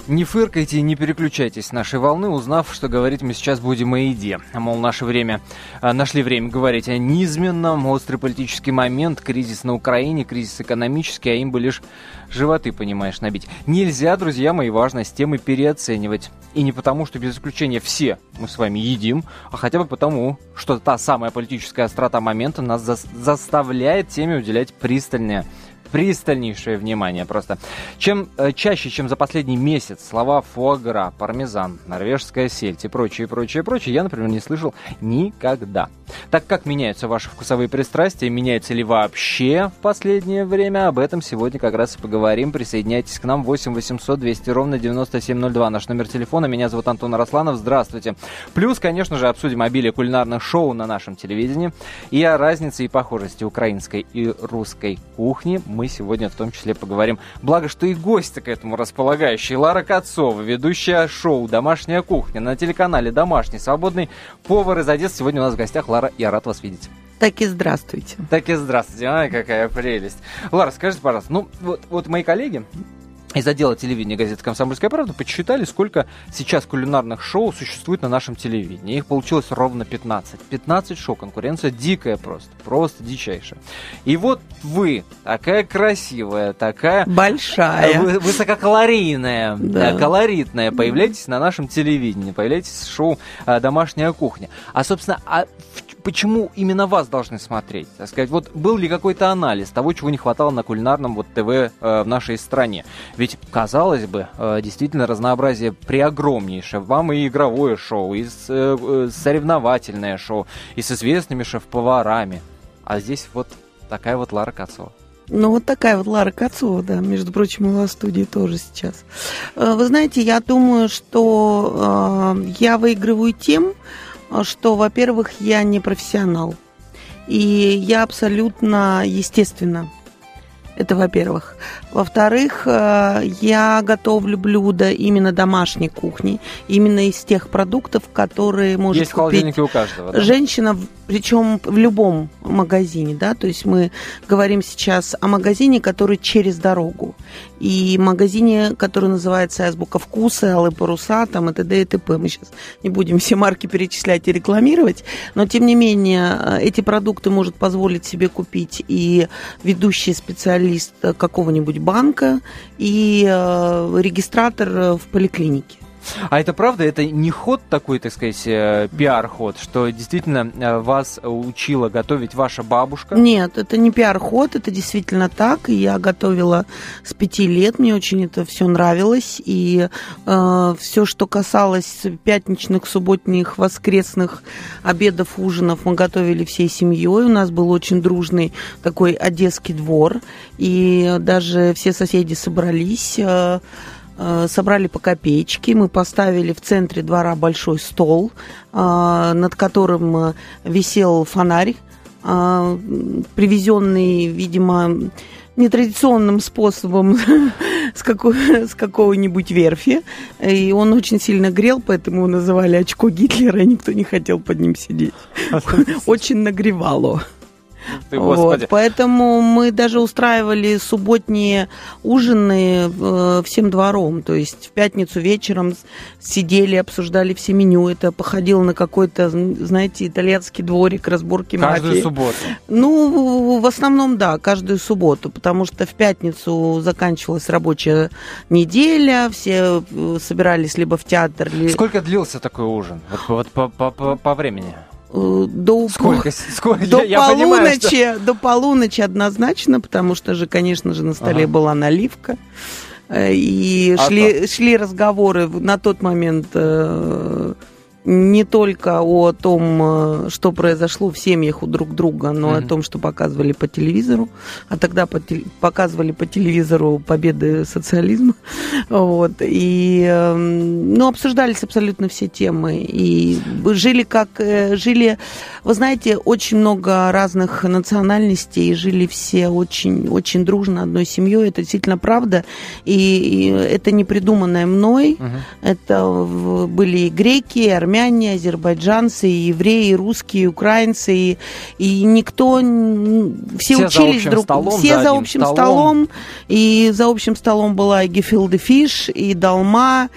Не фыркайте и не переключайтесь с нашей волны, узнав, что говорить мы сейчас будем о еде. Мол, нашли время говорить о низменном, острый политический момент, кризис на Украине, кризис экономический, а им бы лишь животы, понимаешь, набить. Нельзя, друзья мои, важность темы переоценивать. И не потому, что без исключения все мы с вами едим, а хотя бы потому, что та самая политическая острота момента нас заставляет теме уделять пристальнейшее внимание просто. Чем чаще, чем за последний месяц слова фуагра, пармезан, норвежская сельдь и прочее, я, например, не слышал никогда. Так как меняются ваши вкусовые пристрастия, меняются ли вообще в последнее время, об этом сегодня как раз и поговорим. Присоединяйтесь к нам 8 800 200 ровно 9702. Наш номер телефона. Меня зовут Антон Арасланов. Здравствуйте. Плюс, конечно же, обсудим обилие кулинарных шоу на нашем телевидении и о разнице и похожести украинской и русской кухни мы сегодня в том числе поговорим. Благо, что и гость к этому располагающий. Лара Кацова, ведущая шоу «Домашняя кухня» на телеканале «Домашний», свободный повар из Одессы. Сегодня у нас в гостях. Лара, я рад вас видеть. Так и здравствуйте. Ай, какая прелесть. Лара, скажите, пожалуйста, вот мои коллеги из отдела телевидения газеты «Комсомольская правда» подсчитали, сколько сейчас кулинарных шоу существует на нашем телевидении. Их получилось ровно 15. 15 шоу. Конкуренция дикая просто дичайшая. И вот вы, такая красивая, такая... Большая. Высококалорийная, колоритная, появляетесь на нашем телевидении, появляетесь в шоу «Домашняя кухня». А, собственно, почему именно вас должны смотреть? Так сказать, вот был ли какой-то анализ того, чего не хватало на кулинарном ТВ в нашей стране? Ведь, казалось бы, действительно разнообразие преогромнейшее. Вам и игровое шоу, и соревновательное шоу, и с известными шеф-поварами. А здесь вот такая вот Лара Кацова. Вот такая вот Лара Кацова, да, между прочим, у вас в студии тоже сейчас. Вы знаете, я думаю, что я выигрываю тем, что, во-первых, я не профессионал. И я абсолютно естественно. Это во-первых. Во-вторых, я готовлю блюда именно домашней кухни, именно из тех продуктов, которые может есть купить в холодильнике у каждого, да? Женщина, причем в любом магазине, да, то есть мы говорим сейчас о магазине, который через дорогу, и магазине, который называется «Азбука вкуса», «Алые паруса», там, и т.д. и т.п. Мы сейчас не будем все марки перечислять и рекламировать, но, тем не менее, эти продукты может позволить себе купить и ведущий специалист какого-нибудь банка, и регистратор в поликлинике. А это правда? Это не ход такой, так сказать, пиар-ход, что действительно вас учила готовить ваша бабушка? Нет, это не пиар-ход, это действительно так. Я готовила с 5 лет, мне очень это все нравилось. И все, что касалось пятничных, субботних, воскресных обедов, ужинов, мы готовили всей семьей. У нас был очень дружный такой одесский двор. И даже все соседи собрались, собрали по копеечке, мы поставили в центре двора большой стол, над которым висел фонарь, привезенный, видимо, нетрадиционным способом с какого-нибудь верфи. И он очень сильно грел, поэтому его называли очко Гитлера, и никто не хотел под ним сидеть. Очень нагревало. Вот, поэтому мы даже устраивали субботние ужины всем двором. То есть в пятницу вечером сидели, обсуждали все меню. Это походило на какой-то, знаете, итальянский дворик, разборки мафии. Каждую субботу? В основном, да, каждую субботу. Потому что в пятницу заканчивалась рабочая неделя, все собирались либо в театр. Сколько длился такой ужин? Вот по времени? До полуночи однозначно, потому что же, конечно же, на столе была наливка. И шли разговоры на тот момент не только о том, что произошло в семьях у друг друга, но о том, что показывали по телевизору. А тогда показывали по телевизору победы социализма. Вот. И обсуждались абсолютно все темы. И жили Вы знаете, очень много разных национальностей, жили все очень, очень дружно одной семьей. Это действительно правда. И это не придуманное мной. Это были и греки, и армяне, и азербайджанцы, и евреи, и русские, и украинцы. И никто... Все учились друг друга. Все за общим столом. И за общим столом была и гефилде фиш, и долма,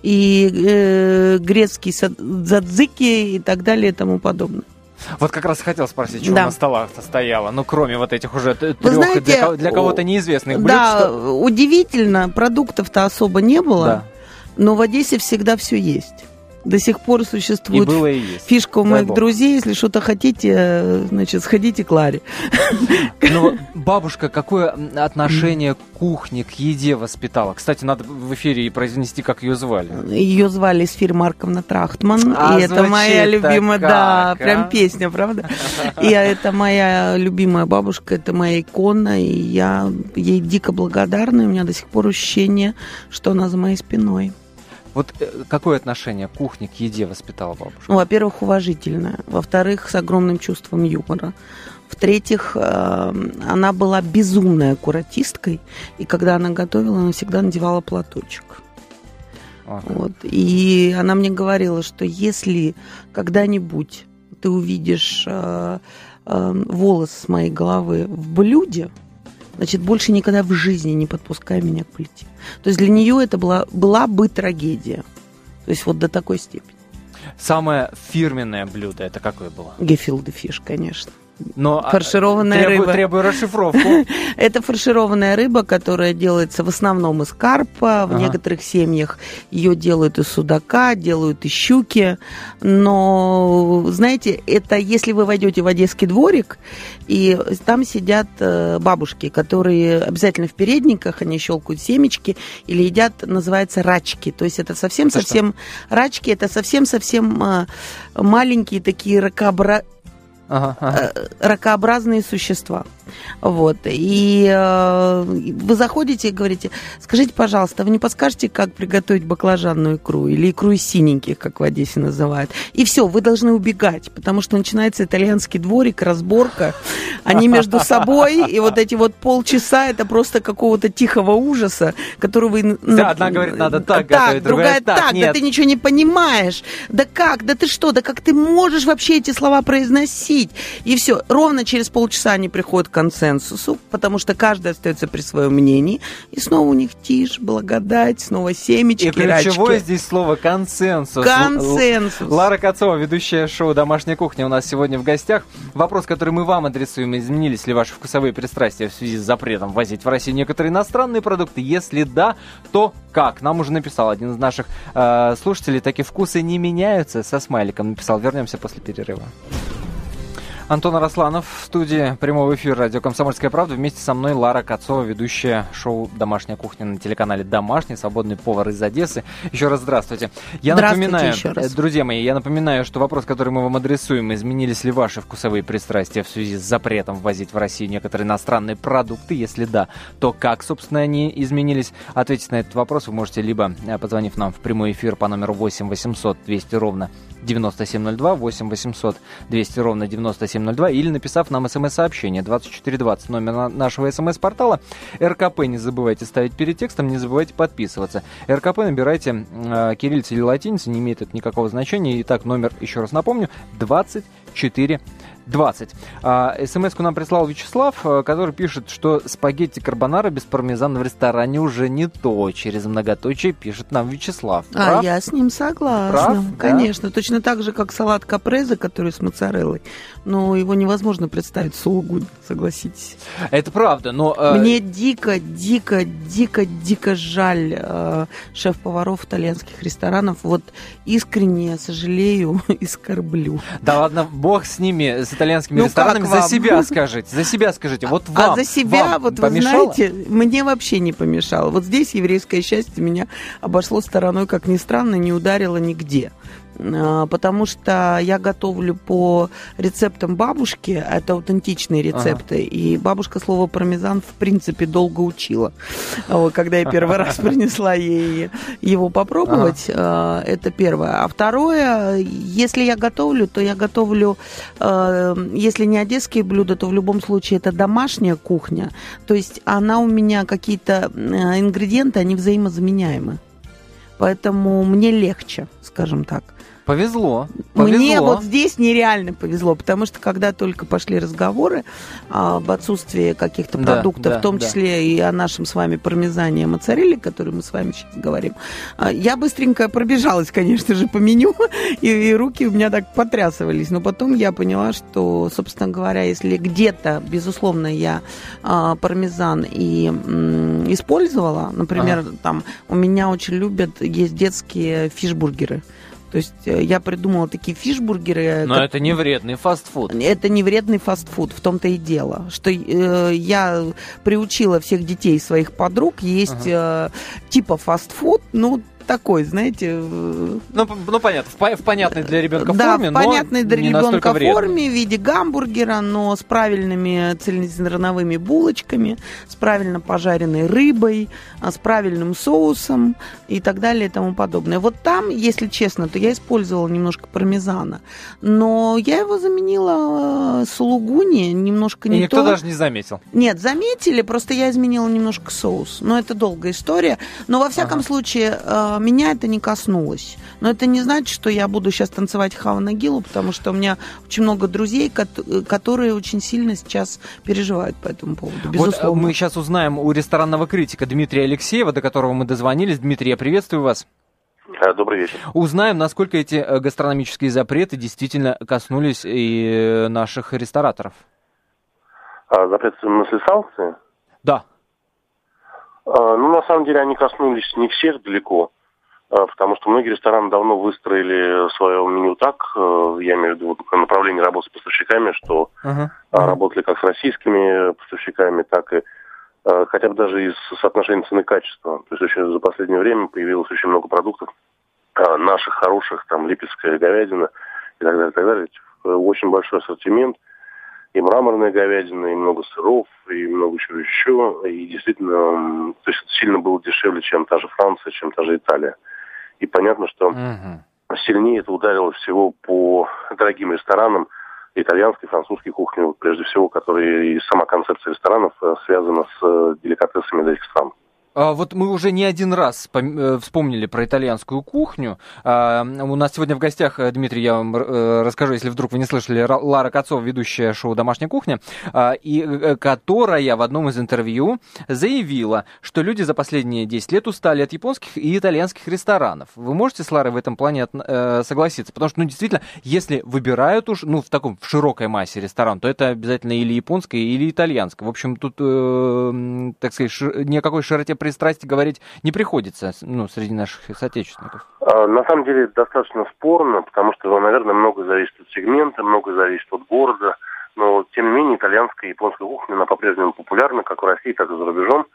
и грецкий дзадзики, и так далее, и тому подобное. Вот как раз хотел спросить, что на столах-то стояло, ну, кроме вот этих уже трех, для кого-то неизвестных блюд. Да, удивительно, продуктов-то особо не было, но в Одессе всегда все есть. До сих пор существует фишка у моих друзей. Если что-то хотите, значит, сходите к Ларе. Ну, бабушка какое отношение к кухне, к еде воспитала? Кстати, надо в эфире и произнести, как ее звали. Ее звали Сфира Марковна Трахтман. И это моя любимая, да, прям песня, правда? И это моя любимая бабушка, это моя икона. И я ей дико благодарна. И у меня до сих пор ощущение, что она за моей спиной. Вот какое отношение к кухне, к еде воспитала бабушка? Ну, во-первых, уважительное. Во-вторых, с огромным чувством юмора. В-третьих, она была безумной аккуратисткой. И когда она готовила, она всегда надевала платочек. Вот. И она мне говорила, что если когда-нибудь ты увидишь волос с моей головы в блюде, значит, больше никогда в жизни не подпускай меня к плите. То есть для нее это была бы трагедия. То есть вот до такой степени. Самое фирменное блюдо это какое было? Гефилде фиш, конечно. Но фаршированная рыба. Требую расшифровку. Это фаршированная рыба, которая делается в основном из карпа. В некоторых семьях ее делают из судака, делают из щуки. Но, знаете, это если вы войдете в Одесский дворик, и там сидят бабушки, которые обязательно в передниках, они щелкают семечки или едят, называется, рачки. То есть это совсем-совсем рачки, это совсем-совсем маленькие такие ракообразные существа. Вот. И вы заходите и говорите: скажите, пожалуйста, вы не подскажете, как приготовить баклажанную икру или икру из синеньких, как в Одессе называют? И все, вы должны убегать, потому что начинается итальянский дворик, разборка. Они между собой, и вот эти вот полчаса это просто какого-то тихого ужаса, который вы... Да, одна говорит, надо так готовить, другая так, нет. Да ты ничего не понимаешь. Да как? Да ты что? Да как ты можешь вообще эти слова произносить? И все. Ровно через полчаса они приходят к консенсусу, потому что каждый остается при своем мнении, и снова у них тишь, благодать, снова семечки, рачки. И ключевое здесь слово консенсус. Консенсус. Лара Кацова, ведущая шоу «Домашняя кухня», у нас сегодня в гостях. Вопрос, который мы вам адресуем: изменились ли ваши вкусовые пристрастия в связи с запретом возить в Россию некоторые иностранные продукты? Если да, то как? Нам уже написал один из наших слушателей: такие вкусы не меняются, со смайликом написал. Вернемся после перерыва. Антон Арасланов в студии прямого эфира радио «Комсомольская правда». Вместе со мной Лара Кацова, ведущая шоу «Домашняя кухня» на телеканале «Домашний», свободный повар из Одессы. Еще раз здравствуйте. Здравствуйте еще раз. Друзья мои, я напоминаю, что вопрос, который мы вам адресуем: изменились ли ваши вкусовые пристрастия в связи с запретом ввозить в Россию некоторые иностранные продукты? Если да, то как, собственно, они изменились? Ответить на этот вопрос вы можете либо позвонив нам в прямой эфир по номеру 8 800 200 ровно 9702, 8 800 200 ровно 9702, или написав нам смс-сообщение 2420, номер нашего смс-портала. РКП не забывайте ставить перед текстом, не забывайте подписываться. РКП набирайте кириллицей или латиницей, не имеет это никакого значения. Итак, номер, еще раз напомню, 2420. СМС-ку нам прислал Вячеслав, который пишет, что спагетти карбонара без пармезана в ресторане уже не то. Через многоточие пишет нам Вячеслав. Прав? Я с ним согласна. Прав? Конечно. Да. Точно так же, как салат капреза, который с моцареллой. Но его невозможно представить сулугунь, согласитесь. Это правда, но... Мне дико жаль шеф-поваров итальянских ресторанов. Вот искренне сожалею и скорблю. Да ладно, бог с ними, с итальянскими ресторанами. За себя скажите. Вот вам. А за себя, вот помешало? Вы знаете, мне вообще не помешало. Вот здесь еврейское счастье меня обошло стороной, как ни странно, не ударило нигде. потому что я готовлю по рецептам бабушки, это аутентичные рецепты, и бабушка слово пармезан в принципе долго учила. Когда я первый раз принесла ей его попробовать, это первое. А второе, если я готовлю, то я готовлю, если не одесские блюда, то в любом случае это домашняя кухня, то есть она у меня, какие-то ингредиенты, они взаимозаменяемы. Поэтому мне легче, скажем так. Повезло. Мне вот здесь нереально повезло, потому что когда только пошли разговоры об отсутствии каких-то продуктов, в том числе и о нашем с вами пармезане и моцарелле, который мы с вами сейчас говорим, я быстренько пробежалась, конечно же, по меню, и руки у меня так потрясывались. Но потом я поняла, что, собственно говоря, если где-то, безусловно, я пармезан и использовала, например, там у меня очень любят, есть детские фишбургеры. То есть я придумала такие фишбургеры. Но это не вредный фастфуд. Это не вредный фастфуд, в том-то и дело. Что я приучила всех детей своих подруг есть типа фастфуд, такой, знаете... понятно, в понятной для ребенка форме, в понятной для ребенка форме, в виде гамбургера, но с правильными цельнозерновыми булочками, с правильно пожаренной рыбой, с правильным соусом и так далее и тому подобное. Вот там, если честно, то я использовала немножко пармезана, но я его заменила сулугуни, немножко не то. И никто даже не заметил? Нет, заметили, просто я изменила немножко соус. Но это долгая история. Но во всяком случае... Меня это не коснулось. Но это не значит, что я буду сейчас танцевать Хава Нагилу, потому что у меня очень много друзей, которые очень сильно сейчас переживают по этому поводу. Безусловно. Вот мы сейчас узнаем у ресторанного критика Дмитрия Алексеева, до которого мы дозвонились. Дмитрий, я приветствую вас. Добрый вечер. Узнаем, насколько эти гастрономические запреты действительно коснулись и наших рестораторов. Запреты в смысле санкции? Да. На самом деле они коснулись не всех далеко. Потому что многие рестораны давно выстроили свое меню так, я имею в виду направление работы с поставщиками, что работали как с российскими поставщиками, так и хотя бы даже из соотношения цены-качества. То есть очень, за последнее время появилось очень много продуктов наших хороших, там липецкая говядина и так далее, и так далее. Очень большой ассортимент. И мраморная говядина, и много сыров, и много чего еще. И действительно, то есть сильно было дешевле, чем та же Франция, чем та же Италия. И понятно, что сильнее это ударило всего по дорогим ресторанам итальянской, французской кухни, прежде всего, которые и сама концепция ресторанов связана с деликатесами этих стран. Вот мы уже не один раз вспомнили про итальянскую кухню. У нас сегодня в гостях, Дмитрий, я вам расскажу, если вдруг вы не слышали, Лара Кацова, ведущая шоу «Домашняя кухня», и которая в одном из интервью заявила, что люди за последние 10 лет устали от японских и итальянских ресторанов. Вы можете с Ларой в этом плане согласиться? Потому что, действительно, если выбирают уж, в широкой массе ресторан, то это обязательно или японское, или итальянское. В общем, тут, так сказать, ни о какой широте пристрастий говорить не приходится, среди наших соотечественников. На самом деле достаточно спорно, потому что, наверное, много зависит от сегмента, много зависит от города, но, тем не менее, итальянская и японская кухня, она по-прежнему популярна, как в России, так и за рубежом.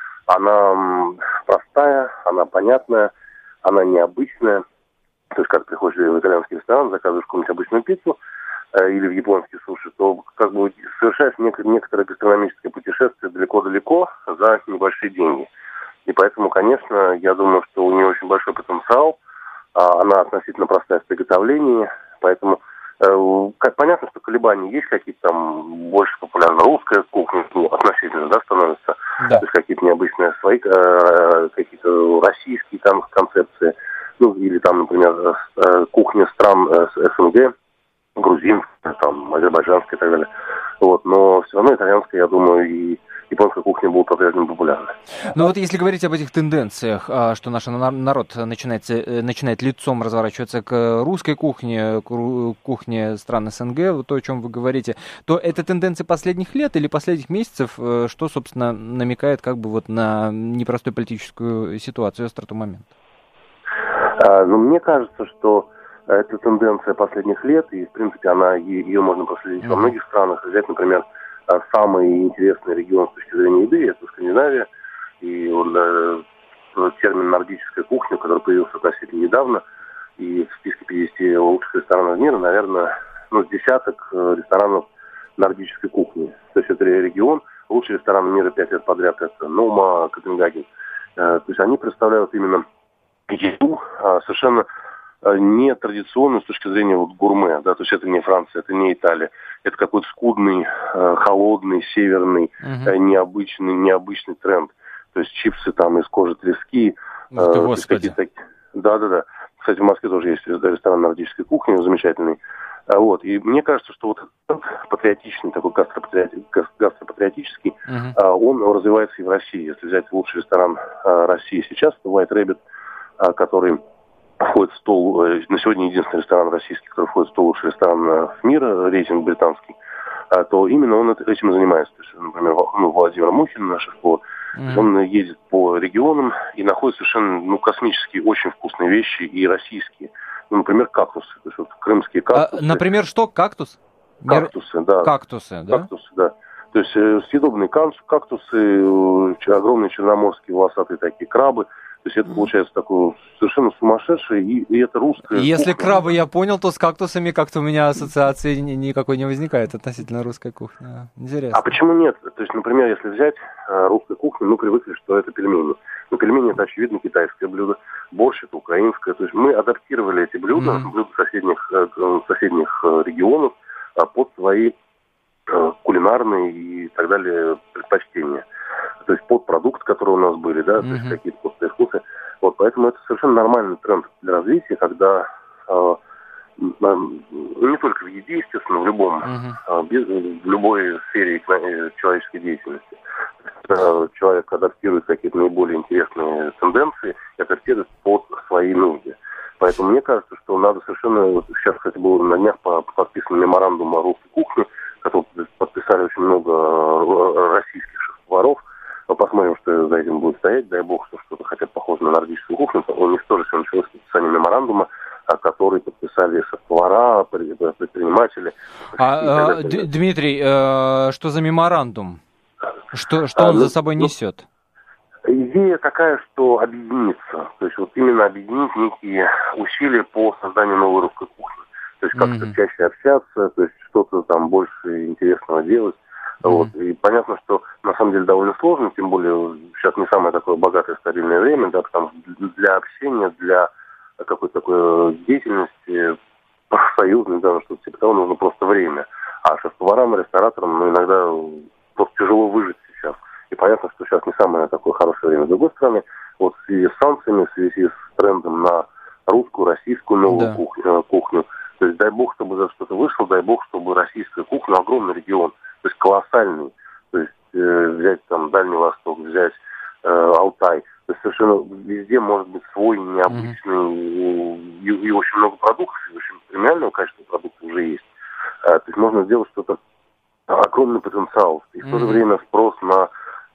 Она простая, она понятная, она необычная. То есть, как приходишь в итальянский ресторан, заказываешь какую-нибудь обычную пиццу или в японский суши, то совершаешь некоторое гастрономическое путешествие далеко-далеко за небольшие деньги. И поэтому, конечно, я думаю, что у нее очень большой потенциал. Она относительно простая в приготовлении. Поэтому, понятно, что колебания есть какие-то там, больше популярна русская кухня, относительно, становится. Да. То есть какие-то необычные свои, какие-то российские там концепции. Или там, например, кухня стран СНГ, грузинская, там, азербайджанская и так далее. Но все равно итальянская, я думаю, и японская кухня будут по-прежнему популярны. Если говорить об этих тенденциях, что наш народ начинает лицом разворачиваться к русской кухне, к кухне стран СНГ, то, о чем вы говорите, то это тенденции последних лет или последних месяцев, что, собственно, намекает на непростую политическую ситуацию, остроту момента? Мне кажется, что это тенденция последних лет, и, в принципе, ее можно проследить во многих странах. Взять, например, самый интересный регион с точки зрения еды – это Скандинавия. И термин «нордическая кухня», который появился относительно недавно, и в списке 50 лучших ресторанов мира, наверное, с десяток ресторанов нордической кухни. То есть это регион, лучший ресторан мира 5 лет подряд, это Нома, Копенгаген. То есть они представляют именно еду совершенно не традиционную с точки зрения гурме, да, то есть это не Франция, это не Италия, это какой-то скудный, холодный, северный, необычный тренд. То есть чипсы там из кожи трески. Господи. Да. Кстати, в Москве тоже есть ресторан нордической кухни, замечательный. Вот. И мне кажется, что вот этот патриотичный, такой гастропатриотический, он развивается и в России. Если взять лучший ресторан России сейчас, это White Rabbit, который входит в 100, на сегодня единственный ресторан российский, который входит в 100 лучших ресторанов мира, рейтинг британский, то именно он этим занимается. То есть, например, Владимир Мухин, наш шеф-повар, он ездит по регионам и находит совершенно космические, очень вкусные вещи и российские. Например, кактусы. То есть, вот, крымские кактусы. Например, что? Кактус? Кактусы, да. Кактусы, да? Кактусы, да. То есть съедобные кактусы, огромные черноморские волосатые такие крабы. То есть это получается такое совершенно сумасшедшее, и это русское. Если крабы я понял, то с кактусами как-то у меня ассоциации никакой не возникает относительно русской кухни. Интересно. А почему нет? То есть, например, если взять русскую кухню, мы привыкли, что это пельмени. Но пельмени это, очевидно, китайское блюдо. Борщ это украинское. То есть мы адаптировали эти блюда, блюда соседних регионов под свои кулинарные и так далее предпочтения. То есть под продукты, которые у нас были, да, то есть какие-то вкусные вкусы. Вот, поэтому это совершенно нормальный тренд для развития, когда не только в еде, естественно, в любой сфере человеческой деятельности. Человек адаптирует какие-то наиболее интересные тенденции и адаптирует под свои нужды. Поэтому мне кажется, что надо совершенно... Вот сейчас, кстати, был на днях подписан меморандум о русской кухне, который подписали очень много российских шеф-поваров. Посмотрим, что за этим будет стоять. Дай бог, что что-то хотят похоже на нордическую кухню. У них тоже все началось с подписания меморандума, который подписали шеф-повара, предприниматели. Дмитрий, что за меморандум? Что он за собой несет? Идея такая, что объединиться. То есть вот именно объединить некие усилия по созданию новой русской кухни. То есть как-то чаще общаться, то есть что-то там больше интересного делать. Вот. И понятно, что на самом деле довольно сложно, тем более сейчас не самое такое богатое стабильное время, да, потому что для общения, для какой-то такой деятельности профсоюзной, да, что-то типа того, нужно просто время. А шеф-поварам, рестораторам, иногда просто тяжело выжить сейчас. И понятно, что сейчас не самое такое хорошее время. С другой стороны, вот в связи с санкциями, в связи с трендом на русскую, российскую новую кухню, то есть дай бог, чтобы за что-то вышло, дай бог, чтобы российская кухня, огромный регион, то есть колоссальный, то есть взять там Дальний Восток, взять Алтай, то есть совершенно везде может быть свой необычный, и очень много продуктов, и очень премиального качества продуктов уже есть. То есть можно сделать что-то, огромный потенциал, и в то же время спрос на,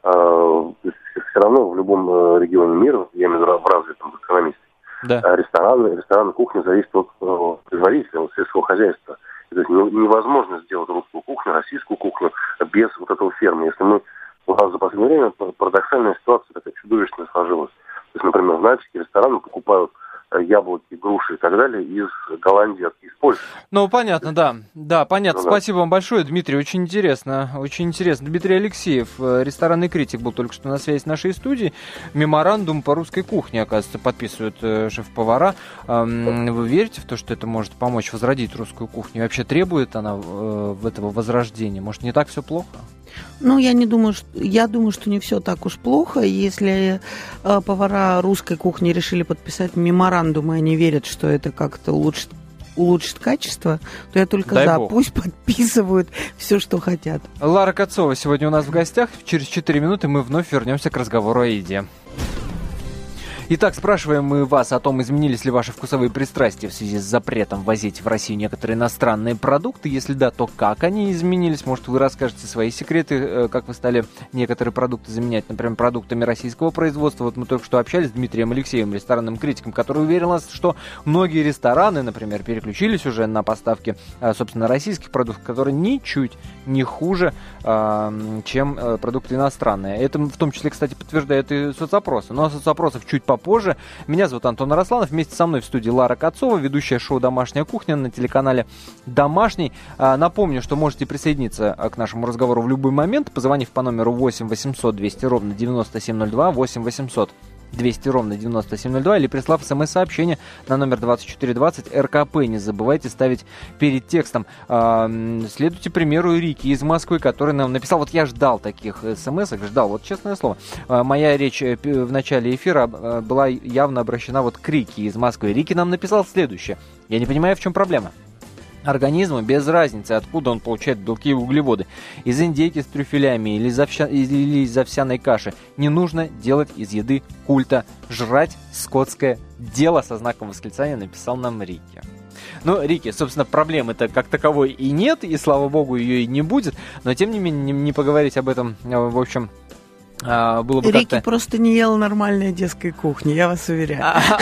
то есть все равно в любом регионе мира, я имею в виду в развитом экономисте, рестораны, кухня зависит от производителя, от сельского хозяйства. То есть невозможно сделать русскую кухню, российскую кухню без вот этого фермы. Если у нас за последнее время парадоксальная ситуация такая чудовищная сложилась. То есть, например, нальчики рестораны покупают яблоки, груши и так далее из Голландии, из Польши. Ну, понятно, да. Да, понятно. Ну, спасибо вам большое, Дмитрий. Очень интересно. Очень интересно. Дмитрий Алексеев, ресторанный критик, был только что на связи с нашей студией. Меморандум по русской кухне, оказывается, подписывают шеф-повара. Вы верите в то, что это может помочь возродить русскую кухню? И вообще требует она этого возрождения? Может, не так все плохо? Ну, я думаю, что не все так уж плохо. Если повара русской кухни решили подписать меморандум, и они верят, что это как-то улучшит качество, то я только за. Пусть подписывают все, что хотят. Лара Кацова сегодня у нас в гостях. Через 4 минуты мы вновь вернемся к разговору о еде. Итак, спрашиваем мы вас о том, изменились ли ваши вкусовые пристрастия в связи с запретом возить в Россию некоторые иностранные продукты. Если да, то как они изменились? Может, вы расскажете свои секреты, как вы стали некоторые продукты заменять, например, продуктами российского производства. Вот мы только что общались с Дмитрием Алексеевым, ресторанным критиком, который уверил нас, что многие рестораны, например, переключились уже на поставки, собственно, российских продуктов, которые ничуть не хуже, чем продукты иностранные. Это в том числе, кстати, подтверждает и соцопросы. Но соцопросов чуть побольше попозже. Меня зовут Антон Арасланов. Вместе со мной в студии Лара Кацова, ведущая шоу «Домашняя кухня» на телеканале «Домашний». Напомню, что можете присоединиться к нашему разговору в любой момент, позвонив по номеру 8 800 200 ровно 9702, 8 800 200 ровно 9702, или прислав смс-сообщение на номер 2420 РКП. Не забывайте ставить перед текстом. Следуйте примеру Рики из Москвы, который нам написал. Вот я ждал таких смс-ок, ждал, вот честное слово. Моя речь в начале эфира была явно обращена вот к Рике из Москвы. Рики нам написал следующее. Я не понимаю, в чем проблема. Организму без разницы, откуда он получает белки и углеводы. Из индейки с трюфелями или из овсяной каши. Не нужно делать из еды культа. Жрать скотское дело, со знаком восклицания написал нам Рики. Ну, Рики, собственно, проблемы-то как таковой и нет, и, слава богу, ее и не будет. Но, тем не менее, не поговорить об этом, в общем... было бы Рики как-то... просто не ел нормальной детской кухни, я вас уверяю.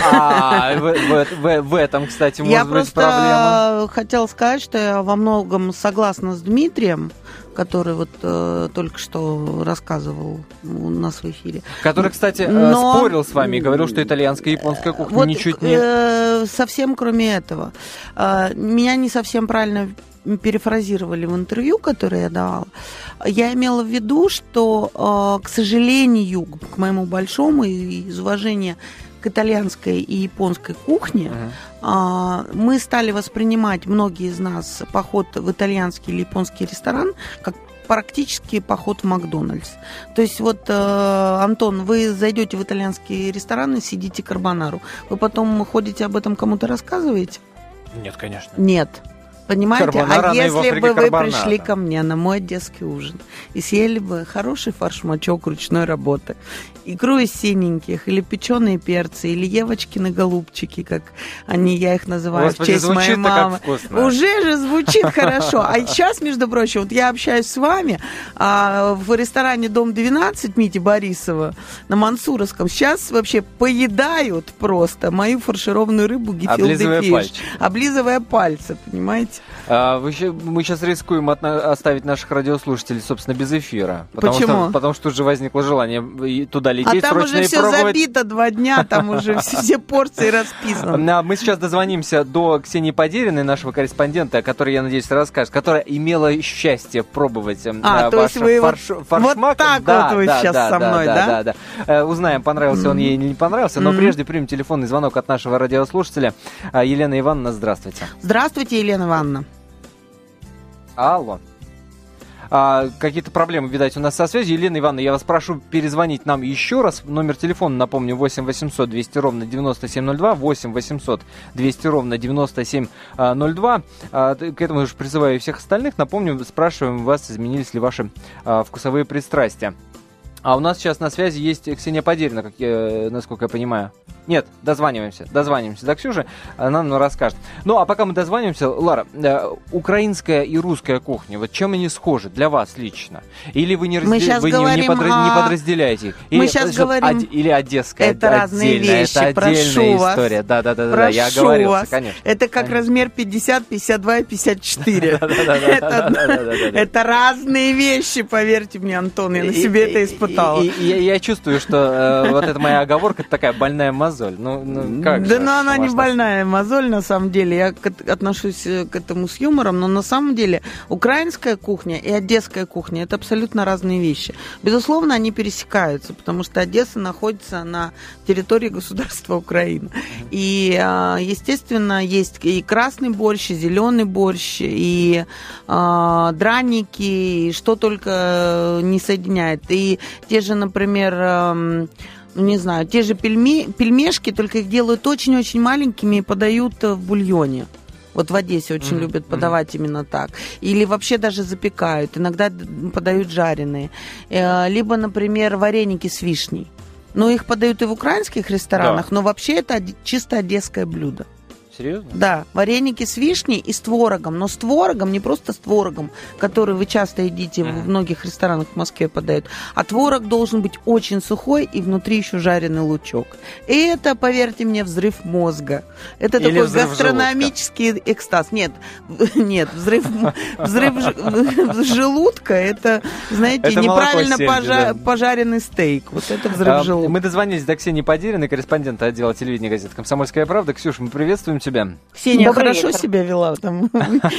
В этом, кстати, может быть проблема. Я просто хотела сказать, что я во многом согласна с Дмитрием, который вот только что рассказывал у нас в эфире. Который, кстати, спорил с вами и говорил, что итальянская и японская кухня вот, ничуть не... Совсем кроме этого. Меня не совсем правильно перефразировали в интервью, которое я давала. Я имела в виду, что, к сожалению, к моему большому из уважения к итальянской и японской кухне, мы стали воспринимать, многие из нас, поход в итальянский или японский ресторан как практически поход в Макдональдс. То есть вот, Антон, вы зайдете в итальянский ресторан и съедите карбонару. Вы потом ходите об этом кому-то рассказываете? Нет, конечно. Нет. Понимаете? Карбонара, а если бы вы карбонара. Пришли ко мне на мой детский ужин и съели бы хороший фаршмачок ручной работы, икру из синеньких, или печеные перцы, или Евочкины голубчики, как я их называю, Господи, в честь моей мамы. Уже же звучит хорошо. А сейчас, между прочим, вот я общаюсь с вами в ресторане «Дом 12» Мити Борисова на Мансуровском. Сейчас вообще поедают просто мою фаршированную рыбу гефилде фиш. Облизывая пальцы, понимаете? Мы сейчас рискуем оставить наших радиослушателей, собственно, без эфира. Почему? Потому что уже возникло желание туда лететь, там срочно уже и все пробовать. забито 2 дня, там уже все порции расписаны. Мы сейчас дозвонимся до Ксении Подериной, нашего корреспондента, который, я надеюсь, расскажет, которая имела счастье пробовать то есть вы фаршмак. Вот так вот вы сейчас со мной, да? Да. Узнаем, понравился он ей или не понравился. Но прежде примем телефонный звонок от нашего радиослушателя. Елена Ивановна, здравствуйте. Здравствуйте, Елена Ивановна. Алло. Какие-то проблемы, видать, у нас со связью. Елена Ивановна, я вас прошу перезвонить нам еще раз. Номер телефона, напомню, 8 800 200 ровно 9702, 8 800 200 ровно 9702. К этому же призываю и всех остальных. Напомню, спрашиваем вас, изменились ли ваши вкусовые пристрастия. А у нас сейчас на связи есть Ксения Подерина, насколько я понимаю. Нет, дозваниваемся до Ксюши, она нам расскажет. Ну, а пока мы дозваниваемся, Лара, украинская и русская кухня, вот чем они схожи для вас лично? Или вы не подразделяете их? Мы сейчас говорим... Или одесская, это разные вещи, это отдельная история. Да, я оговорился, конечно. Это как размер 50, 52 и 54. Это разные вещи, поверьте мне, Антон, я на себе это испытала. Я чувствую, что вот эта моя оговорка, это такая больная мозоль. Она не больная мозоль, на самом деле. Я отношусь к этому с юмором, но на самом деле украинская кухня и одесская кухня — это абсолютно разные вещи. Безусловно, они пересекаются, потому что Одесса находится на территории государства Украина. И, естественно, есть и красный борщ, и зеленый борщ, и драники, и что только не соединяет. И те же, например... не знаю, те же пельмешки, только их делают очень-очень маленькими и подают в бульоне. Вот в Одессе очень любят подавать именно так. Или вообще даже запекают. Иногда подают жареные. Либо, например, вареники с вишней. Но их подают и в украинских ресторанах, но вообще это чисто одесское блюдо. Серьезно? Да, вареники с вишней и с творогом. Но с творогом, не просто с творогом, который вы часто едите, в многих ресторанах в Москве подают, а творог должен быть очень сухой и внутри еще жареный лучок. И это, поверьте мне, взрыв мозга. Это Или такой взрыв гастрономический экстаз. Нет, взрыв желудка, это, знаете, Это неправильно молоко с сельдью, да. пожаренный стейк. Вот это взрыв желудка. Мы дозвонились до Ксении Подериной, корреспондента отдела телевидения газеты «Комсомольская правда». Ксюша, мы приветствуем тебя. Ксения Добрый хорошо вечер. себя вела там.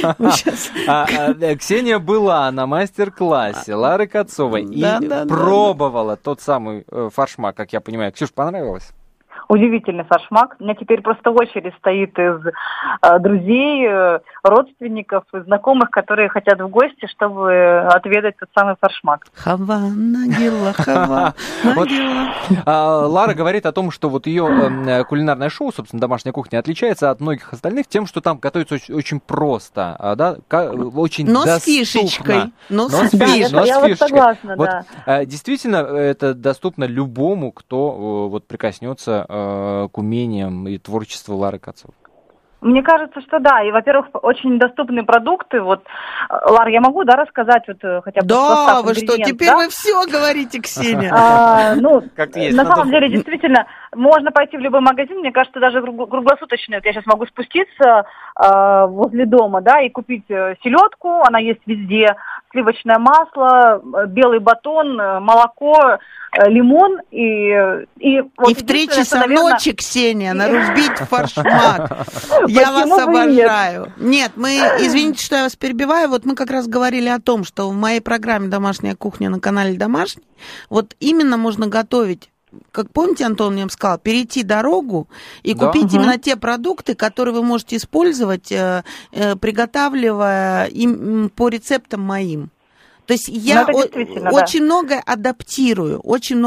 Ксения была на мастер-классе Лары Кацовой и Да. пробовала тот самый форшмак, как я понимаю. Ксюш, понравилось? Удивительный форшмак. У меня теперь просто очередь стоит из друзей, родственников, знакомых, которые хотят в гости, чтобы отведать тот самый форшмак. Хава, Нагила. Вот, Лара говорит о том, что вот ее кулинарное шоу, собственно, «Домашняя кухня», отличается от многих остальных тем, что там готовится очень просто, да, очень Но доступно. с фишечкой. Но с Но с фишечкой. Я вот согласна, Вот, да. действительно, это доступно любому, кто вот прикоснется к умениям и творчеству Лары Кацовой. Мне кажется, что да. И, во-первых, очень доступные продукты. Вот, Лар, я могу, да, рассказать вот хотя бы Да, состав вы что, ингредиентов, теперь да? вы все говорите, Ксения. Как есть, на надо самом деле, действительно, можно пойти в любой магазин, мне кажется, даже круглосуточный. Вот я сейчас могу спуститься возле дома, да, и купить селедку, она есть везде, сливочное масло, белый батон, молоко, лимон и вот в 3 единственное, что, часа наверное, ночи, Ксения, нарубить форшмак. Я вас Почему бы и нет? обожаю. Нет, извините, что я вас перебиваю, вот мы как раз говорили о том, что в моей программе «Домашняя кухня» на канале «Домашний» вот именно можно готовить, как помните, Антон мне сказал, перейти дорогу и купить именно те продукты, которые вы можете использовать, приготавливая им по рецептам моим. То есть я очень многое адаптирую,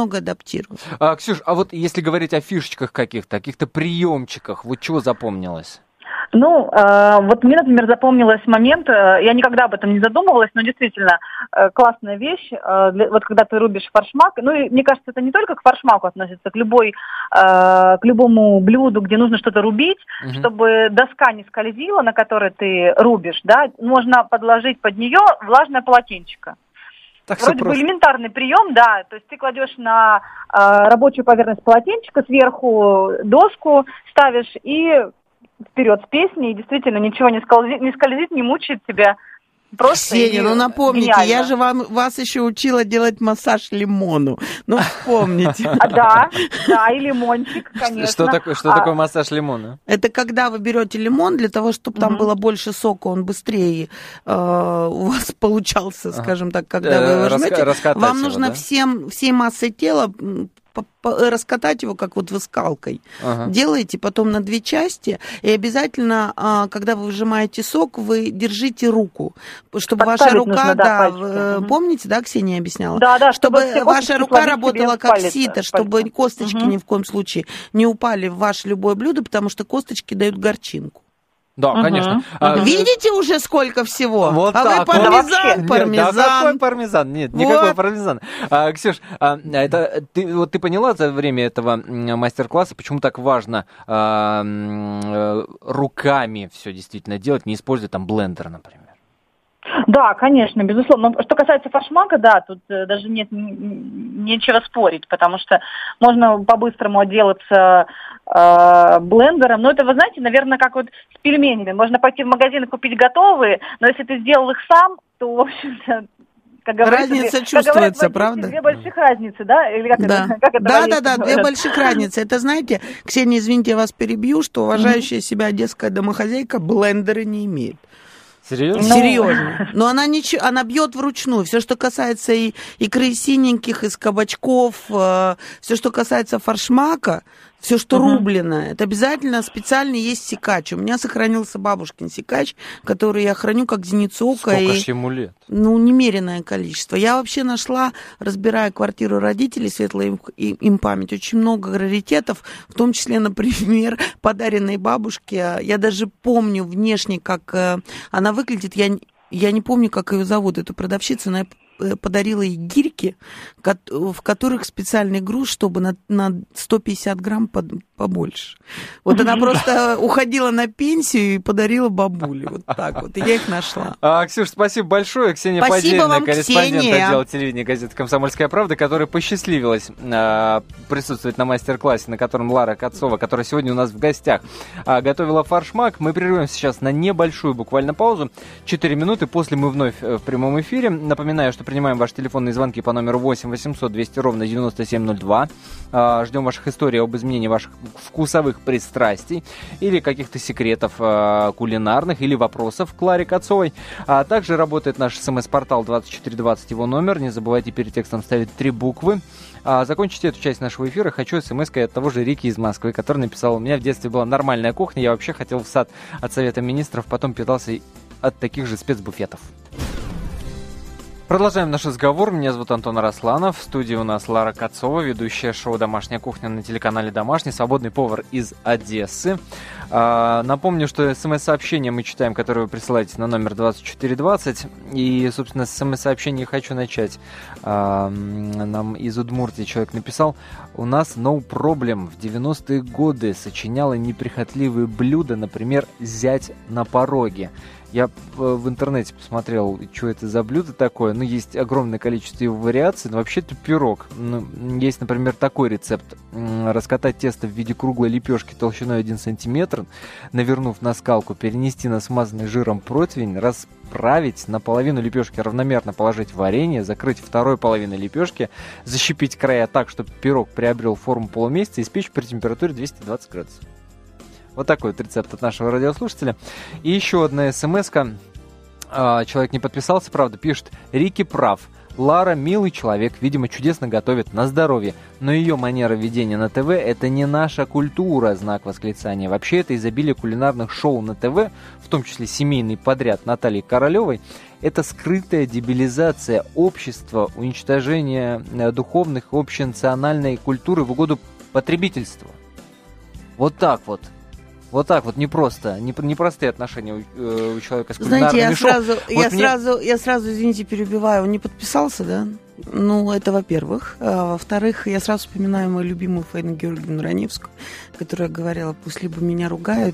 Ксюш, а вот если говорить о фишечках каких-то приемчиках, вот чего запомнилось? Ну, вот мне, например, запомнился момент, я никогда об этом не задумывалась, но действительно классная вещь, вот когда ты рубишь форшмак, ну, и мне кажется, это не только к форшмаку относится, к любому блюду, где нужно что-то рубить, чтобы доска не скользила, на которой ты рубишь, да, можно подложить под нее влажное полотенчико. Так вроде бы элементарный прием, да, то есть ты кладешь на рабочую поверхность полотенчика, сверху доску ставишь и вперед с песней, и действительно ничего не скользит, не мучает тебя. Просто Ксения, ну напомните, гениально. я же вас еще учила делать массаж лимону. Ну вспомните. Да, и лимончик, конечно. Что такое массаж лимона? Это когда вы берете лимон, для того, чтобы там было больше сока, он быстрее у вас получался, скажем так, когда вы его жмете. Вам нужно всей массой тела раскатать его, как вот вы скалкой делаете, потом на 2 части, и обязательно, когда вы выжимаете сок, вы держите руку, чтобы ваша рука, помните, да, Ксения объясняла? Да, чтобы ваша рука работала как сито, чтобы косточки ни в коем случае не упали в ваше любое блюдо, потому что косточки дают горчинку. Да, конечно. Видите уже сколько всего? Вот а так. Вы пармезан. Да, какой пармезан? Нет, никакой пармезан. Ксюш, ты поняла за время этого мастер-класса, почему так важно руками все действительно делать, не используя там блендер, например? Да, конечно, безусловно. Но что касается форшмака, да, тут даже нет нечего спорить, потому что можно по-быстрому отделаться блендером. Но это, вы знаете, наверное, как вот с пельменями. Можно пойти в магазин и купить готовые, но если ты сделал их сам, то, в общем-то, как говорится, разница чувствуется, правда? 2 больших разницы, да? Или как это? Да, 2 больших разницы. Это, знаете, Ксения, извините, я вас перебью, что уважающая себя одесская домохозяйка блендеры не имеет. Серьезно? Серьезно. Но она она бьет вручную. Все, что касается икры синеньких, из кабачков, все, что касается форшмака, все, что рубленое, это обязательно специальный есть секач. У меня сохранился бабушкин секач, который я храню как зеницу ока. Сколько ж ему лет? Ну, немеренное количество. Я вообще нашла, разбирая квартиру родителей, светлая им память, очень много раритетов, в том числе, например, подаренные бабушке. Я даже помню внешне, как она выглядит. Я не помню, как ее зовут, эту продавщицу, она подарила ей гирьки, в которых специальный груз, чтобы на 150 грамм побольше. Вот она просто уходила на пенсию и подарила бабуле. Вот так вот. И я их нашла. Ксюш, спасибо большое. Ксения Спасибо Подельная, вам, корреспондент Ксения. отдела телевидения газеты «Комсомольская правда», которая посчастливилась присутствовать на мастер-классе, на котором Лара Кацова, которая сегодня у нас в гостях, готовила фаршмак. Мы прервемся сейчас на небольшую буквально паузу. 4 минуты, после мы вновь в прямом эфире. Напоминаю, что принимаем ваши телефонные звонки по номеру 8 800 200 ровно 9702. Ждем ваших историй об изменении ваших вкусовых пристрастий или каких-то секретов кулинарных или вопросов к Кларе Кацовой. А также работает наш СМС-портал 2420, его номер. Не забывайте перед текстом ставить 3 буквы. Закончить эту часть нашего эфира хочу смс-кой от того же Рики из Москвы, который написал: у меня в детстве была нормальная кухня, я вообще хотел в сад от Совета Министров, потом питался от таких же спецбуфетов. Продолжаем наш разговор. Меня зовут Антон Арасланов. В студии у нас Лара Кацова, ведущая шоу «Домашняя кухня» на телеканале «Домашний», свободный повар из Одессы. Напомню, что смс-сообщения мы читаем, которые вы присылаете на номер 2420. И, собственно, с смс-сообщения хочу начать. Нам из Удмуртии человек написал: у нас no problem. В 90-е годы сочиняла неприхотливые блюда, например, зять на пороге. Я в интернете посмотрел, что это за блюдо такое. Ну, есть огромное количество его вариаций, но вообще это пирог. Есть, например, такой рецепт. Раскатать тесто в виде круглой лепешки толщиной 1 сантиметр, навернув на скалку, перенести на смазанный жиром противень, расправить, на половину лепешки равномерно положить варенье, закрыть второй половиной лепешки, защипить края так, чтобы пирог приобрел форму полумесяца, и испечь при температуре 220 градусов. Вот такой вот рецепт от нашего радиослушателя. И еще одна смс-ка. Человек не подписался, правда, пишет: Рики прав. Лара милый человек, видимо, чудесно готовит, на здоровье. Но ее манера ведения на ТВ – это не наша культура, знак восклицания. Вообще, это изобилие кулинарных шоу на ТВ, в том числе семейный подряд Натальи Королевой, это скрытая дебилизация общества, уничтожение духовных и общенациональной культуры в угоду потребительства. Вот так вот. Вот так вот непростые отношения у человека с кулинарными шоу. Знаете, я сразу, извините, перебиваю, он не подписался, да? Ну, это во-первых. Во-вторых, я сразу вспоминаю мою любимую Фаину Георгиевну Раневскую, которая говорила: пусть либо меня ругают,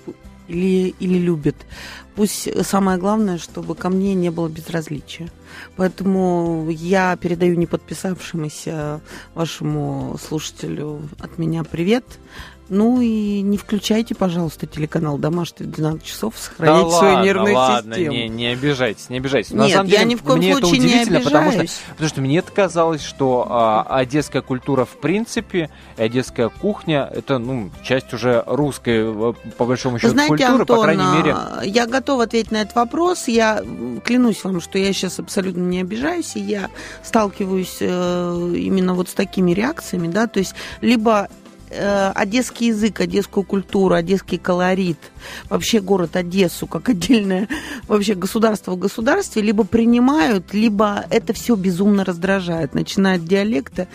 или любят. Пусть самое главное, чтобы ко мне не было безразличия. Поэтому я передаю неподписавшемуся вашему слушателю от меня привет. Ну и не включайте, пожалуйста, телеканал «Домашний» в 12 часов, сохраняйте свою нервную систему. Ладно, не обижайтесь. Нет, на самом деле, я ни в коем мне случае это удивительно, не обижаюсь. потому что мне казалось, что одесская культура в принципе, одесская кухня, это часть уже русской, по большому счету, знаете, культуры, Антон, по крайней мере. Я готова ответить на этот вопрос. Я клянусь вам, что я сейчас абсолютно не обижаюсь, и я сталкиваюсь именно вот с такими реакциями, да, то есть либо одесский язык, одесскую культуру, одесский колорит, вообще город Одессу как отдельное вообще государство в государстве либо принимают, либо это все безумно раздражает, начиная от диалекта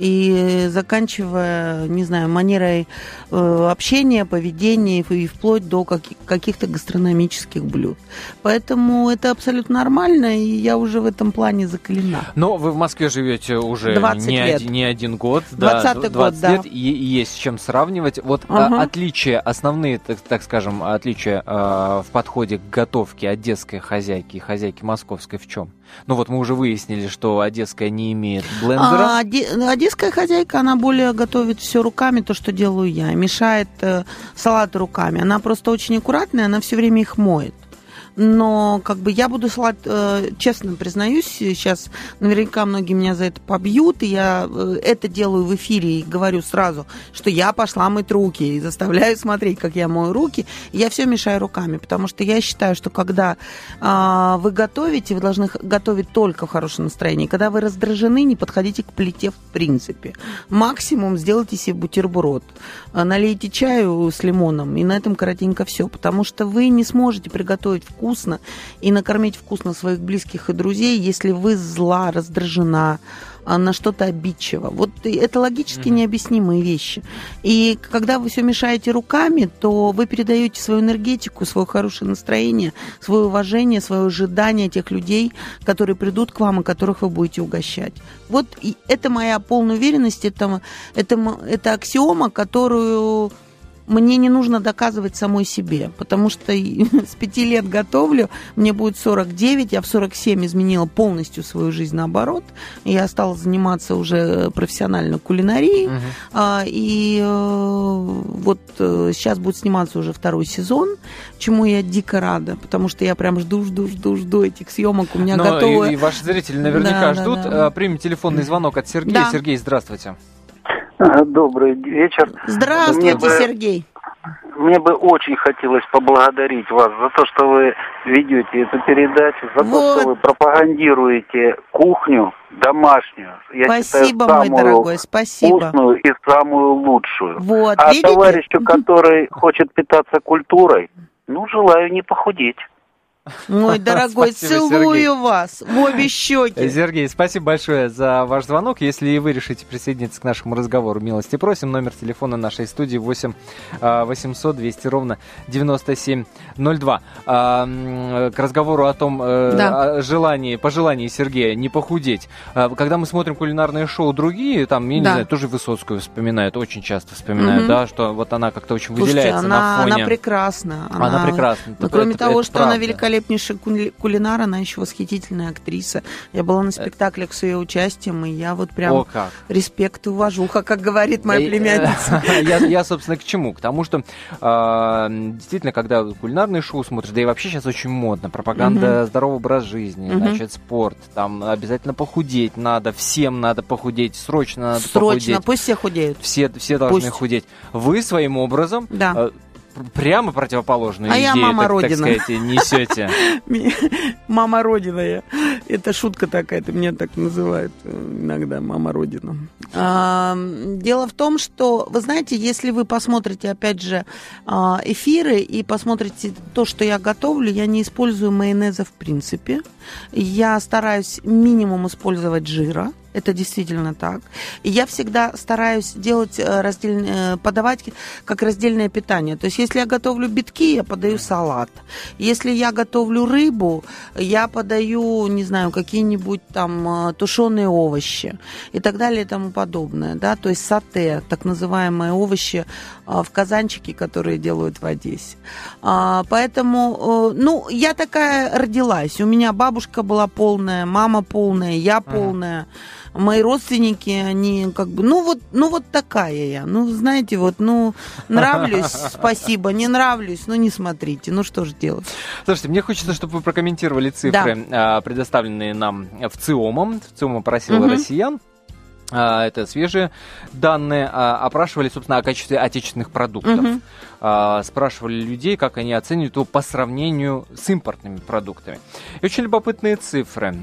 и заканчивая, не знаю, манерой общения, поведения и вплоть до каких-то гастрономических блюд. Поэтому это абсолютно нормально, и я уже в этом плане закалена. Но вы в Москве живете уже 20 лет. Не один год. 20-й год, да. Лет, и есть с чем сравнивать. Вот отличия, основные, так скажем, отличия в подходе к готовке одесской хозяйки и хозяйки московской в чем? Ну вот мы уже выяснили, что одесская не имеет блендера. Одесская хозяйка, она более готовит все руками, то, что делаю я. Мешает салаты руками. Она просто очень аккуратная, она все время их моет. Но как бы я буду салат, честно признаюсь, сейчас наверняка многие меня за это побьют, и я это делаю в эфире и говорю сразу, что я пошла мыть руки и заставляю смотреть, как я мою руки, и я все мешаю руками, потому что я считаю, что когда вы готовите, вы должны готовить только в хорошем настроении. Когда вы раздражены, не подходите к плите в принципе. Максимум сделайте себе бутерброд, налейте чаю с лимоном, и на этом коротенько все, потому что вы не сможете приготовить вкус вкусно и накормить вкусно своих близких и друзей, если вы зла, раздражена, на что-то обидчиво. Вот это логически необъяснимые вещи. И когда вы все мешаете руками, то вы передаете свою энергетику, свое хорошее настроение, свое уважение, свое ожидание тех людей, которые придут к вам и которых вы будете угощать. Вот и это моя полная уверенность, это аксиома, которую мне не нужно доказывать самой себе, потому что с 5 лет готовлю, мне будет 49, я в 47 изменила полностью свою жизнь наоборот, я стала заниматься уже профессионально кулинарией, и вот сейчас будет сниматься уже 2-й сезон, чему я дико рада, потому что я прям жду этих съемок, у меня готовы. И ваши зрители наверняка ждут. Примем телефонный звонок от Сергея. Да. Сергей, здравствуйте. Добрый вечер. Здравствуйте, Сергей. Мне бы очень хотелось поблагодарить вас за то, что вы ведете эту передачу, за то, что вы пропагандируете кухню домашнюю. Я спасибо, считаю, мой дорогой, спасибо. Вкусную и самую лучшую. Вот, а видите? Товарищу, который хочет питаться культурой, желаю не похудеть. Мой дорогой, спасибо, целую Сергей. Вас в обе щеки. Сергей, спасибо большое за ваш звонок. Если и вы решите присоединиться к нашему разговору, милости просим. Номер телефона нашей студии 8 800 200 ровно 9702. К разговору о том, о пожелании Сергея не похудеть. Когда мы смотрим кулинарные шоу другие, там, я не знаю, тоже Высоцкую вспоминают, очень часто вспоминают, да, что вот она как-то очень выделяется на фоне. Она прекрасна. Она прекрасна. Но кроме того, что она великолепнейшая кулинар, она еще восхитительная актриса. Я была на спектаклях с ее участием, и я вот прям респект и уважуха, как говорит моя племянница. Я, собственно, к чему? К тому, что действительно, когда кулинарные шоу смотришь, да и вообще сейчас очень модно, пропаганда здорового образа жизни, значит, спорт, там обязательно похудеть надо, всем надо похудеть, срочно надо похудеть. Срочно, пусть все худеют. Все должны худеть. Вы своим образом... Прямо противоположную идею, так сказать, несете. Мама Родина я. Это шутка такая, меня так называют иногда, мама Родина. Дело в том, что, вы знаете, если вы посмотрите, опять же, эфиры и посмотрите то, что я готовлю, я не использую майонеза в принципе. Я стараюсь минимум использовать жира. Это действительно так. И я всегда стараюсь делать подавать как раздельное питание. То есть, если я готовлю битки, я подаю салат. Если я готовлю рыбу, я подаю, не знаю, какие-нибудь там тушеные овощи и так далее и тому подобное. Да? То есть, сате, так называемые овощи в казанчике, которые делают в Одессе. Поэтому, я такая родилась. У меня бабушка была полная, мама полная, я полная. Мои родственники, они как бы, вот такая я. Знаете, нравлюсь, спасибо, не нравлюсь, не смотрите, что же делать. Слушайте, мне хочется, чтобы вы прокомментировали цифры, предоставленные нам ВЦИОМом. ВЦИОМ опросил россиян. Это свежие данные. Опрашивали, собственно, о качестве отечественных продуктов. Спрашивали людей, как они оценивают его по сравнению с импортными продуктами. И очень любопытные цифры.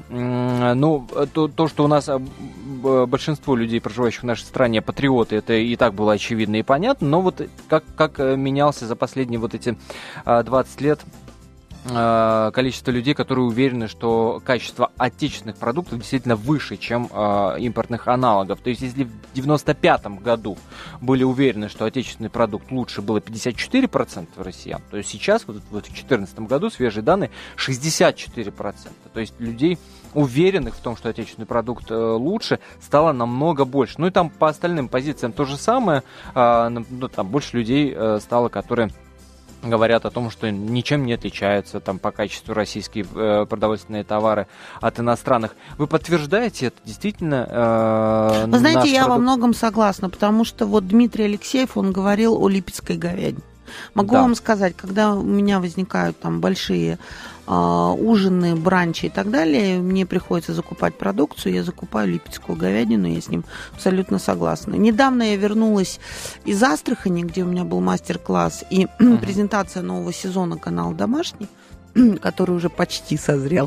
То, что у нас большинство людей, проживающих в нашей стране, патриоты, это и так было очевидно и понятно. Но вот как менялся за последние эти 20 лет количество людей, которые уверены, что качество отечественных продуктов действительно выше, чем импортных аналогов. То есть, если в 95-м году были уверены, что отечественный продукт лучше, было 54% россиян, то есть сейчас, в 2014 году, свежие данные, 64%. То есть, людей, уверенных в том, что отечественный продукт лучше, стало намного больше. И там по остальным позициям то же самое. Там больше людей стало, которые говорят о том, что ничем не отличаются по качеству российские продовольственные товары от иностранных. Вы подтверждаете это? Действительно? Вы знаете, я во многом согласна, потому что Дмитрий Алексеев, он говорил о липецкой говядине. Могу вам сказать, когда у меня возникают большие ужины, бранчи и так далее, мне приходится закупать продукцию, я закупаю липецкую говядину, я с ним абсолютно согласна. Недавно я вернулась из Астрахани, где у меня был мастер-класс и презентация нового сезона канала «Домашний», который уже почти созрел.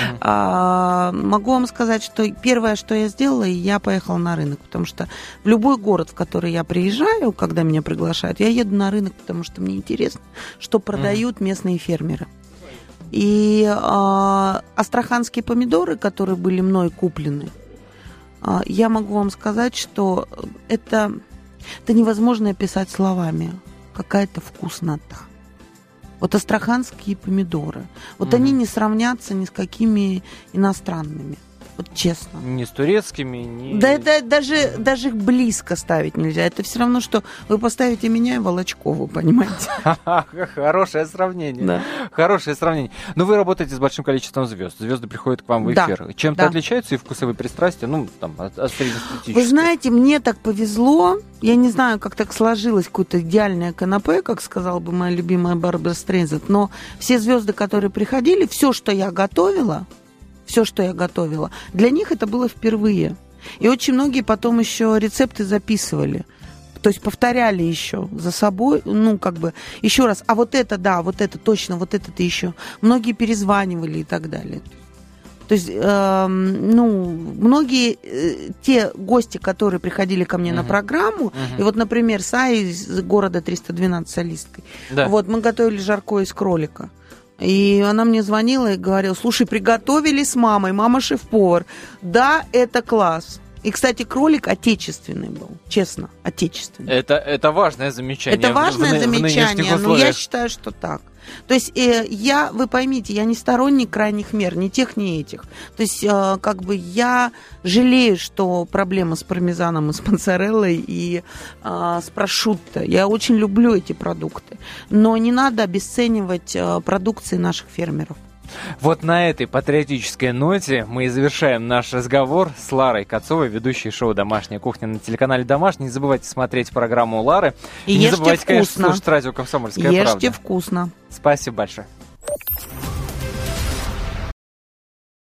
Могу вам сказать, что первое, что я сделала, я поехала на рынок, потому что в любой город, в который я приезжаю, когда меня приглашают, я еду на рынок, потому что мне интересно, что продают местные фермеры. И астраханские помидоры, которые были мной куплены, я могу вам сказать, что это невозможно описать словами. Какая-то вкуснота. Вот астраханские помидоры. Вот они не сравнятся ни с какими иностранными. Вот честно. Ни с турецкими, ни... Да это даже их близко ставить нельзя. Это все равно, что вы поставите меня и Волочкову, понимаете? Хорошее сравнение. Да. Хорошее сравнение. Но вы работаете с большим количеством звезд. Звезды приходят к вам в эфир. Да. Чем-то отличаются и вкусовые пристрастия, от среднестатистических? Вы знаете, мне так повезло. Я не знаю, как так сложилось, какое-то идеальное канапе, как сказала бы моя любимая Барбара Стрейзанд. Но все звезды, которые приходили, все, что я готовила, для них это было впервые. И очень многие потом еще рецепты записывали. То есть повторяли еще за собой, еще раз. А вот это, да, вот это точно, вот это-то еще. Многие перезванивали и так далее. То есть, многие те гости, которые приходили ко мне на программу, и вот, например, Сая из города 312 солисткой, вот мы готовили жаркое из кролика. И она мне звонила и говорила: слушай, приготовили с мамой, мама шеф-повар. Да, это класс. И, кстати, кролик отечественный был, честно, отечественный. Это важное замечание. Это важное замечание, но я считаю, что так. То есть вы поймите, я не сторонник крайних мер, ни тех, ни этих. То есть я жалею, что проблема с пармезаном и с моцареллой и с прошутто. Я очень люблю эти продукты. Но не надо обесценивать продукции наших фермеров. Вот на этой патриотической ноте мы и завершаем наш разговор с Ларой Кацовой, ведущей шоу «Домашняя кухня» на телеканале «Домашний». Не забывайте смотреть программу Лары. И не забывайте, вкусно. конечно, слушать радио «Комсомольская правда». Ешьте вкусно. Спасибо большое.